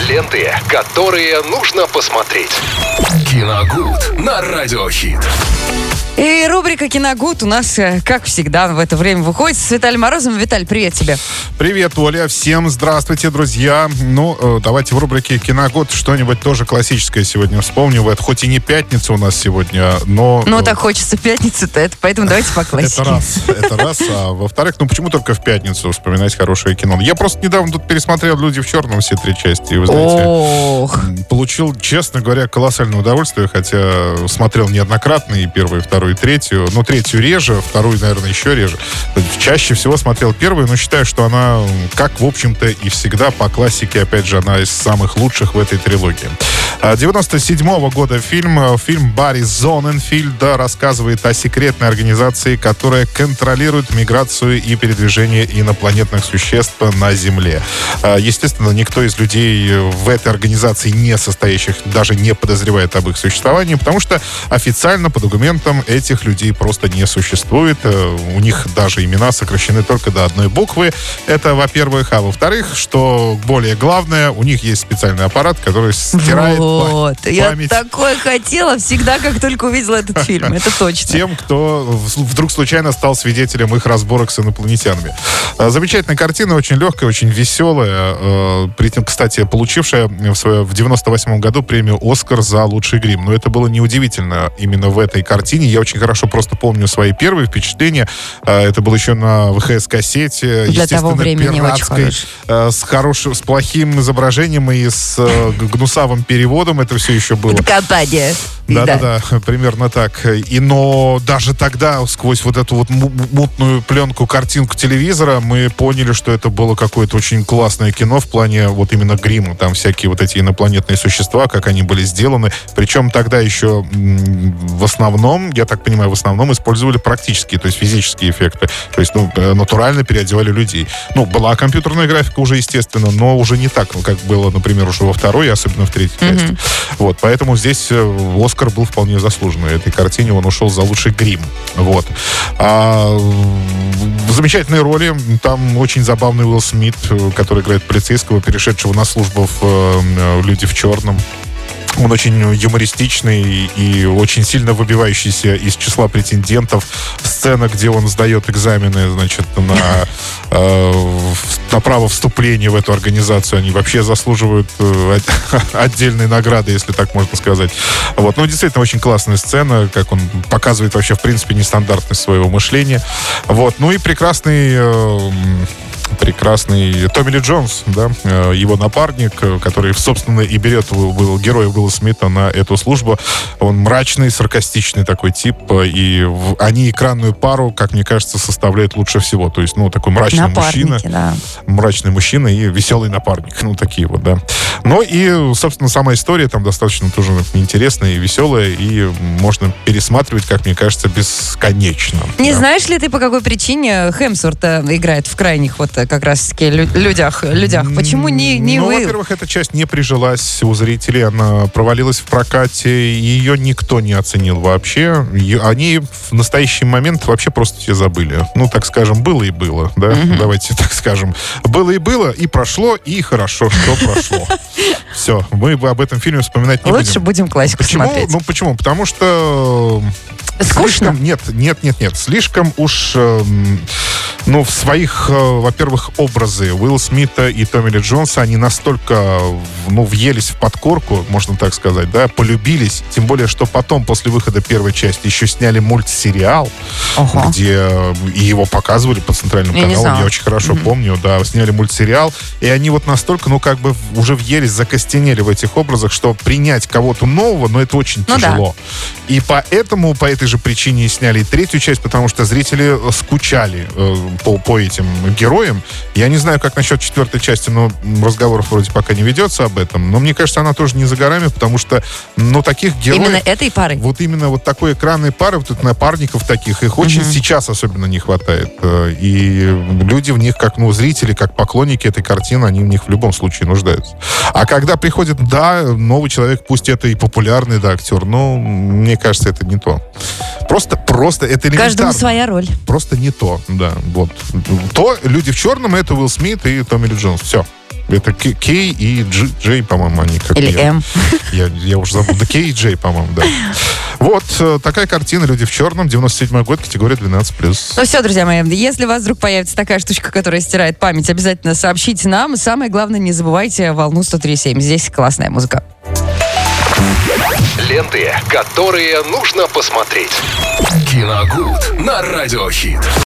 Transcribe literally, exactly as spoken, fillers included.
ленты, которые нужно посмотреть. Киногуд на Радиохит. И рубрика «Киногуд» у нас, как всегда, в это время выходит с Виталием Морозовым. Виталь, привет тебе. Привет, Оля. Всем здравствуйте, друзья. Ну, давайте в рубрике «Киногуд» что-нибудь тоже классическое сегодня вспомним. Это хоть и не пятница у нас сегодня, но... Ну, так хочется пятницы-то, это, поэтому давайте по классике. Это раз. Это раз. А во-вторых, ну почему только в пятницу вспоминать хорошее кино? Я просто недавно тут пересмотрел «Люди в черном» все три части. И, вы знаете, Ох. получил, честно говоря, колоссальное удовольствие, хотя смотрел неоднократно и первую, и вторую, и третью. Ну, третью реже, вторую, наверное, еще реже. Чаще всего смотрел первую, но считаю, что она, как, в общем-то, и всегда по классике, опять же, она из самых лучших в этой трилогии. девяносто седьмого года фильм. Фильм Барри Зонненфильда рассказывает о секретной организации, которая контролирует миграцию и передвижение инопланетных существ на Земле. Естественно, никто из людей в этой организации не состоящих даже не подозревает об их существовании, потому что официально по документам этих людей просто не существует. У них даже имена сокращены только до одной буквы. Это, во-первых. А во-вторых, что более главное, у них есть специальный аппарат, который стирает вот. память. Я такое хотела всегда, как только увидела этот фильм. Это точно. Тем, кто вдруг случайно стал свидетелем их разборок с инопланетянами. Замечательная картина, очень легкая, очень веселая. При этом, кстати, получившая в, свое, в девяносто восьмом году премию «Оскар» за лучший грим. Но это было неудивительно именно в этой картине. Я очень хорошо просто помню свои первые впечатления. Это было еще на вэ ха эс-кассете. Для того времени очень хорош. С хорошим, с плохим изображением и с гнусавым переводом. Это все еще было. Катание. Да-да-да, примерно так. И, но даже тогда, сквозь вот эту вот мутную пленку, картинку телевизора, мы поняли, что это было какое-то очень классное кино в плане вот именно грима. Там всякие вот эти инопланетные существа, как они были сделаны. Причем тогда еще в основном, я так понимаю, в основном использовали практические, то есть физические эффекты. То есть, ну, натурально переодевали людей. Ну, была компьютерная графика уже, естественно, но уже не так, как было, например, уже во второй, особенно в третьей mm-hmm. части. Вот, поэтому здесь Оскар был вполне заслуженный. Этой картине он ушел за лучший грим. Вот. А, замечательные роли. Там очень забавный Уилл Смит, который играет полицейского, перешедшего на службу в, в «Люди в черном». Он очень юмористичный и очень сильно выбивающийся из числа претендентов. Сцена, где он сдает экзамены, значит, на, э, на право вступления в эту организацию, они вообще заслуживают э, отдельной награды, если так можно сказать. Вот. Ну, действительно, очень классная сцена, как он показывает вообще, в принципе, нестандартность своего мышления. Вот. Ну и прекрасный... Э, прекрасный Томми Ли Джонс, да, его напарник, который, собственно, и берет был героя Уилла Смита на эту службу. Он мрачный, саркастичный такой тип, и они экранную пару, как мне кажется, составляют лучше всего. То есть, ну, такой мрачный Напарники, мужчина. Да. Мрачный мужчина и веселый напарник. Ну, такие вот, да. Ну, и, собственно, сама история там достаточно тоже интересная и веселая, и можно пересматривать, как мне кажется, бесконечно. Не да. знаешь ли ты, по какой причине Хемсворт играет в крайних вот как раз-таки людях? людях? Почему не, не ну, вы? во-первых, эта часть не прижилась у зрителей, она провалилась в прокате, ее никто не оценил вообще. Ее, они в настоящий момент вообще просто все забыли. Ну, так скажем, было и было, да? Mm-hmm. Давайте так скажем. Было и было, и прошло, и хорошо, что прошло. Все, мы об этом фильме вспоминать не будем. Лучше будем классику смотреть. Ну, почему? Потому что... Скучно? Слишком, нет, нет, нет, нет. Слишком уж, э, ну, в своих, э, во-первых, образы Уилла Смита и Томми Ли Джонса, они настолько, ну, въелись в подкорку, можно так сказать, да, полюбились. Тем более, что потом, после выхода первой части, еще сняли мультсериал, ага. где и его показывали по центральным я каналам. Я очень хорошо mm-hmm. помню, да, сняли мультсериал. И они вот настолько, ну, как бы уже въелись, закостенели в этих образах, что принять кого-то нового, ну, это очень ну, тяжело. Да. И поэтому, по этой же причине сняли и третью часть, потому что зрители скучали э, по, по этим героям. Я не знаю, как насчет четвертой части, но разговоров вроде пока не ведется об этом. Но мне кажется, она тоже не за горами, потому что, ну, таких героев... Именно этой пары? Вот именно вот такой экранной пары, вот напарников таких, их очень uh-huh. сейчас особенно не хватает. И люди в них, как, ну, зрители, как поклонники этой картины, они в них в любом случае нуждаются. А когда приходит, да, новый человек, пусть это и популярный, да, актер, но мне кажется, это не то. Просто, просто это элементарно. Каждому своя роль. Просто не то, да, вот. То «Люди в черном» — это Уилл Смит и Томми Ли Джонс. Все. Это К- Кей и Дж- Джей, по-моему, они как Или я. М. Я, я уже забыл. Да, Кей и Джей, по-моему, да. Вот э, такая картина «Люди в черном», девяносто седьмой год, категория двенадцать плюс. Ну все, друзья мои, если у вас вдруг появится такая штучка, которая стирает память, обязательно сообщите нам. Самое главное, не забывайте волну сто три семь. Здесь классная музыка. Ленты, которые нужно посмотреть. Киногуд на Радиохит.